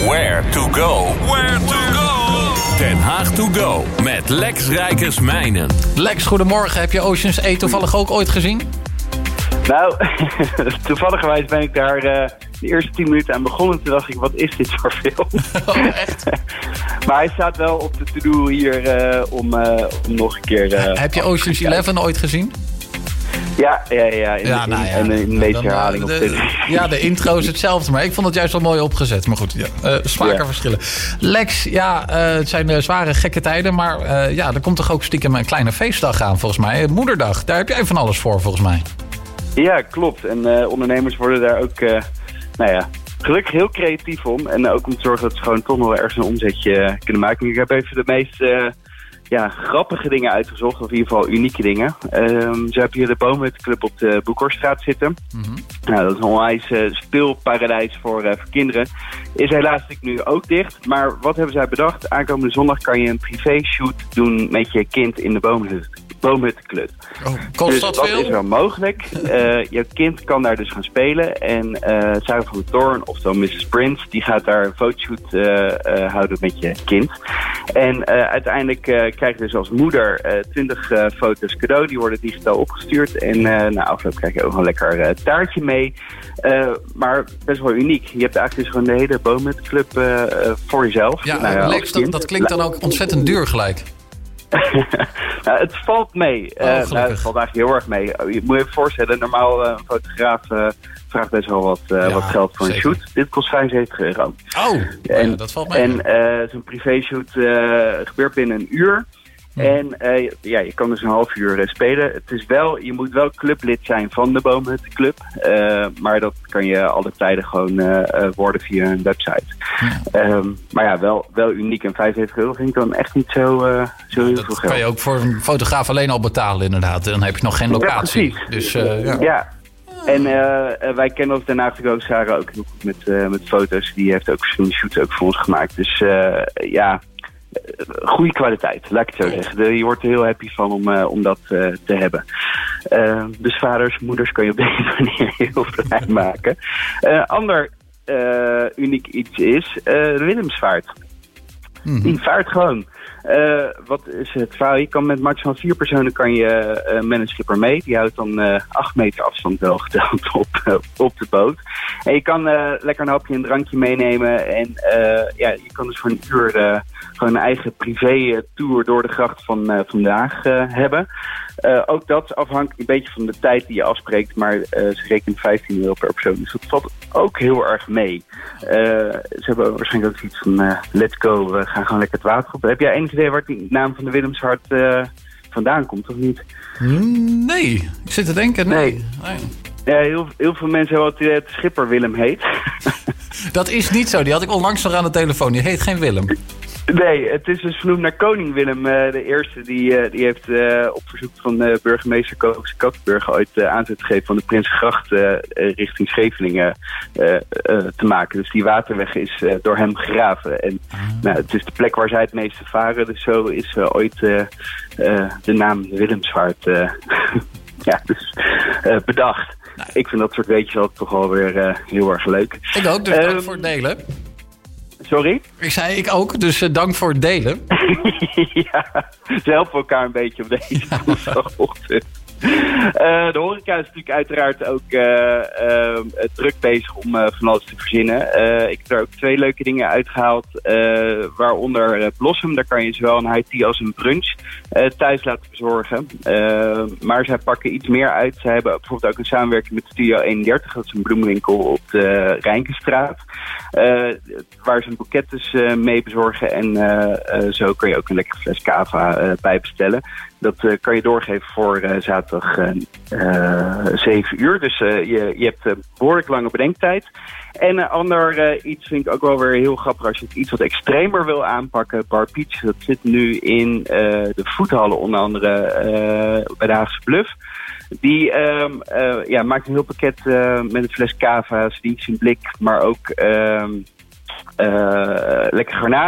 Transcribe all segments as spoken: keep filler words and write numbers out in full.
Where to go. Where to go. Den Haag to go met Lex Rijkersmijnen. Lex, goedemorgen. Heb je Ocean's eight toevallig ook ooit gezien? Nou, toevallig ben ik daar uh, de eerste tien minuten aan begonnen. Toen dacht ik, wat is dit voor film? Oh, echt? Maar hij staat wel op de to-do hier uh, om, uh, om nog een keer... Uh, Heb je Ocean's eleven ooit gezien? Ja, ja, ja. In, ja, nou ja. in, in, in de meeste herhaling. De, op de, ja, de intro is hetzelfde, maar ik vond het juist wel mooi opgezet. Maar goed, ja, uh, smakerverschillen. Ja. Lex, ja, uh, het zijn uh, zware, gekke tijden. Maar uh, ja, er komt toch ook stiekem een kleine feestdag aan, volgens mij. Moederdag, daar heb jij van alles voor, volgens mij. Ja, klopt. En uh, ondernemers worden daar ook, uh, nou ja, gelukkig heel creatief om. En ook om te zorgen dat ze gewoon toch nog wel ergens een omzetje kunnen maken. Ik heb even de meest uh, ja, grappige dingen uitgezocht, of in ieder geval unieke dingen. Um, ze hebben hier de Boomhutclub op de Boekhorststraat zitten. Mm-hmm. Nou, dat is een onwijs uh, speelparadijs voor, uh, voor kinderen. Is helaas nu ook dicht. Maar wat hebben zij bedacht? Aankomende zondag kan je een privéshoot doen met je kind in de Boomhut. Boomhutclub. Oh, kost dus dat dat veel? is wel mogelijk. Uh, je kind kan daar dus gaan spelen. En uh, Sarah van der Toorn, oftewel missus Prince, die gaat daar een fotoshoot uh, uh, houden met je kind. En uh, uiteindelijk uh, krijg je dus als moeder uh, twintig uh, foto's cadeau. Die worden digitaal opgestuurd. En uh, na afloop krijg je ook een lekker uh, taartje mee. Uh, maar best wel uniek. Je hebt eigenlijk dus gewoon de hele Boomhutclub uh, uh, voor jezelf. Ja, nou, ja Lex, dat, dat klinkt dan ook ontzettend duur gelijk. Nou, het valt mee. Oh, uh, nou, het valt eigenlijk heel erg mee. Je moet je even voorstellen, normaal uh, een fotograaf uh, vraagt best wel wat, uh, ja, wat geld voor zeker. Een shoot. Dit kost vijfenzeventig euro. Oh, en, ja, dat valt mee. En uh, zo'n privéshoot uh, gebeurt binnen een uur. Hmm. En uh, ja, je kan dus een half uur uh, spelen. Het is wel, je moet wel clublid zijn van de Boomhutclub. Uh, maar dat kan je alle tijden gewoon uh, uh, worden via een website. Ja. Um, maar ja, wel, wel uniek. En vijfenzeventig euro vind ik dan echt niet zo, uh, zo heel dat veel geld. Kan je ook voor een fotograaf alleen al betalen inderdaad. Dan heb je nog geen locatie. Ja, dus, uh, ja. ja. En uh, wij kennen ook daarna ook Sarah ook heel goed met, uh, met foto's. Die heeft ook verschillende shoots ook voor ons gemaakt. Dus uh, ja... goede kwaliteit, laat ik het zo zeggen. De, je wordt er heel happy van om, uh, om dat uh, te hebben. Uh, dus vaders, moeders kan je op deze manier heel blij maken. Uh, ander uh, uniek iets is uh, de Willemsvaart. Hmm. Die vaart gewoon. Uh, wat is het verhaal? Je kan met maximaal vier personen kan je uh, met een schipper mee. Die houdt dan uh, acht meter afstand wel geteld op, uh, op de boot. En je kan uh, lekker een hapje en een drankje meenemen. En uh, ja, je kan dus voor een uur uh, gewoon een eigen privé uh, tour door de gracht van uh, vandaag uh, hebben. Uh, ook dat afhangt een beetje van de tijd die je afspreekt. Maar uh, ze rekenen vijftien euro per persoon. Dus dat valt ook heel erg mee. Uh, ze hebben waarschijnlijk ook iets van uh, let's go, we gaan gewoon lekker het water op. Heb jij enig idee waar die naam van de Willemsvaart uh, vandaan komt, of niet? Nee, ik zit te denken, nee. nee. nee. Ja, heel, heel veel mensen hebben altijd het schipper Willem heet. Dat is niet zo, die had ik onlangs nog aan de telefoon. Die heet geen Willem. Nee, het is dus vernoemd naar koning Willem uh, de Eerste. Die, uh, die heeft uh, op verzoek van uh, burgemeester Koos Kattenburg ooit uh, aanzet gegeven van de Prinsengracht uh, uh, richting Scheveningen uh, uh, te maken. Dus die waterweg is uh, door hem gegraven. En uh. nou, het is de plek waar zij het meeste varen. Dus zo is uh, ooit uh, uh, de naam Willemsvaart uh, ja, dus, uh, bedacht. Nou. Ik vind dat soort weetjes altijd toch wel weer uh, heel erg leuk. Ik ook, dus dank um, voor het delen. Sorry? Ik zei ik ook, dus uh, dank voor het delen. Ja, ze helpen elkaar een beetje op deze woensdagochtend. Uh, de horeca is natuurlijk uiteraard ook uh, uh, druk bezig om uh, van alles te verzinnen. Uh, ik heb daar ook twee leuke dingen uitgehaald. Uh, waaronder uh, Blossom, daar kan je zowel een high tea als een brunch uh, thuis laten verzorgen. Uh, maar zij pakken iets meer uit. Zij hebben bijvoorbeeld ook een samenwerking met Studio eenendertig. Dat is een bloemenwinkel op de Rijnkenstraat. Uh, waar ze een boeket dus uh, mee bezorgen. En uh, uh, zo kun je ook een lekkere fles cava uh, bij bestellen. Dat uh, kan je doorgeven voor uh, zaterdag uh, uh, zeven uur. Dus uh, je, je hebt uh, behoorlijk lange bedenktijd. En een uh, ander uh, iets vind ik ook wel weer heel grappig als je het iets wat extremer wil aanpakken. Bar Peach, dat zit nu in uh, de voethallen, onder andere uh, bij de Haagse Bluff. Die um, uh, ja, maakt een heel pakket uh, met een fles cava, sneaks in blik, maar ook um, uh, lekker garnalen.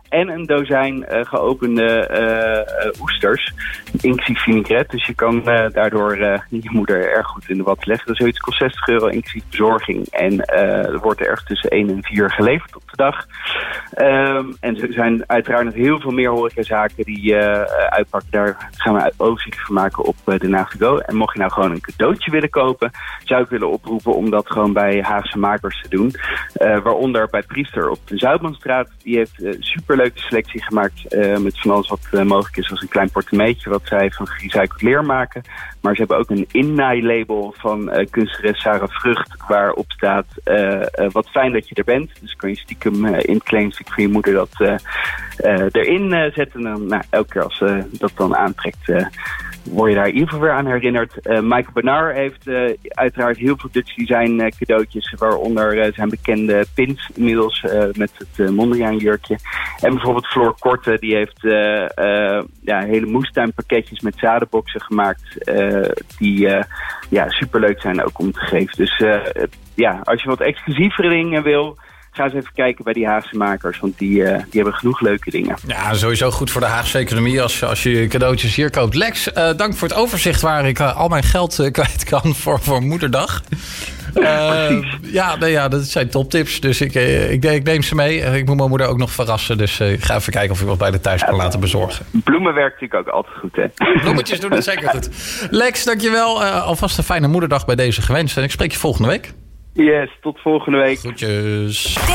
en een dozijn uh, geopende uh, oesters, inclusief vinaigrette. Dus je kan uh, daardoor uh, je moeder erg goed in de wat leggen. Dus zoiets kost zestig euro inclusief bezorging. En uh, er wordt er ergens tussen één en vier geleverd op de dag. Um, en er zijn uiteraard nog heel veel meer horecazaken die uh, uitpakken. Daar gaan we overzicht van maken op uh, Den Haag to go. En mocht je nou gewoon een cadeautje willen kopen, zou ik willen oproepen om dat gewoon bij Haagse makers te doen. Uh, waaronder bij Priester op de Zuidmanstraat. Die heeft een uh, superleuke selectie gemaakt uh, met van alles wat uh, mogelijk is, als een klein portemonneetje wat zij van gerecycled leer maken. Maar ze hebben ook een innaailabel van uh, kunstenares Sarah Vrucht, waarop staat uh, uh, wat fijn dat je er bent. Dus kan je stiekem uh, in het kledingstuk van je moeder dat uh, uh, erin uh, zetten. En dan, nou, elke keer als uh, dat dan aantrekt, uh, word je daar in ieder geval weer aan herinnerd. Uh, Michael Bernard heeft uh, uiteraard heel veel Dutch design uh, cadeautjes, waaronder uh, zijn bekende pins inmiddels uh, met het uh, Mondriaan jurkje. En bijvoorbeeld Floor Korte, die heeft uh, uh, ja, hele moestuinpakketjes met zadenboxen gemaakt, uh, die uh, ja, superleuk zijn ook om te geven. Dus uh, ja, als je wat exclusievere dingen wil, ga eens even kijken bij die Haagse makers, want die, uh, die hebben genoeg leuke dingen. Ja, sowieso goed voor de Haagse economie als, als je cadeautjes hier koopt. Lex, uh, dank voor het overzicht waar ik uh, al mijn geld uh, kwijt kan voor, voor moederdag. Uh, ja, nee, ja, dat zijn toptips. Dus ik, ik, ik neem ze mee. Ik moet mijn moeder ook nog verrassen. Dus uh, ik ga even kijken of ik wat bij de thuis kan laten bezorgen. Bloemen werkt natuurlijk ook altijd goed, hè? Bloemetjes doen het zeker goed. Lex, dankjewel. Uh, alvast een fijne moederdag bij deze gewenst. En ik spreek je volgende week. Yes, tot volgende week. Groetjes.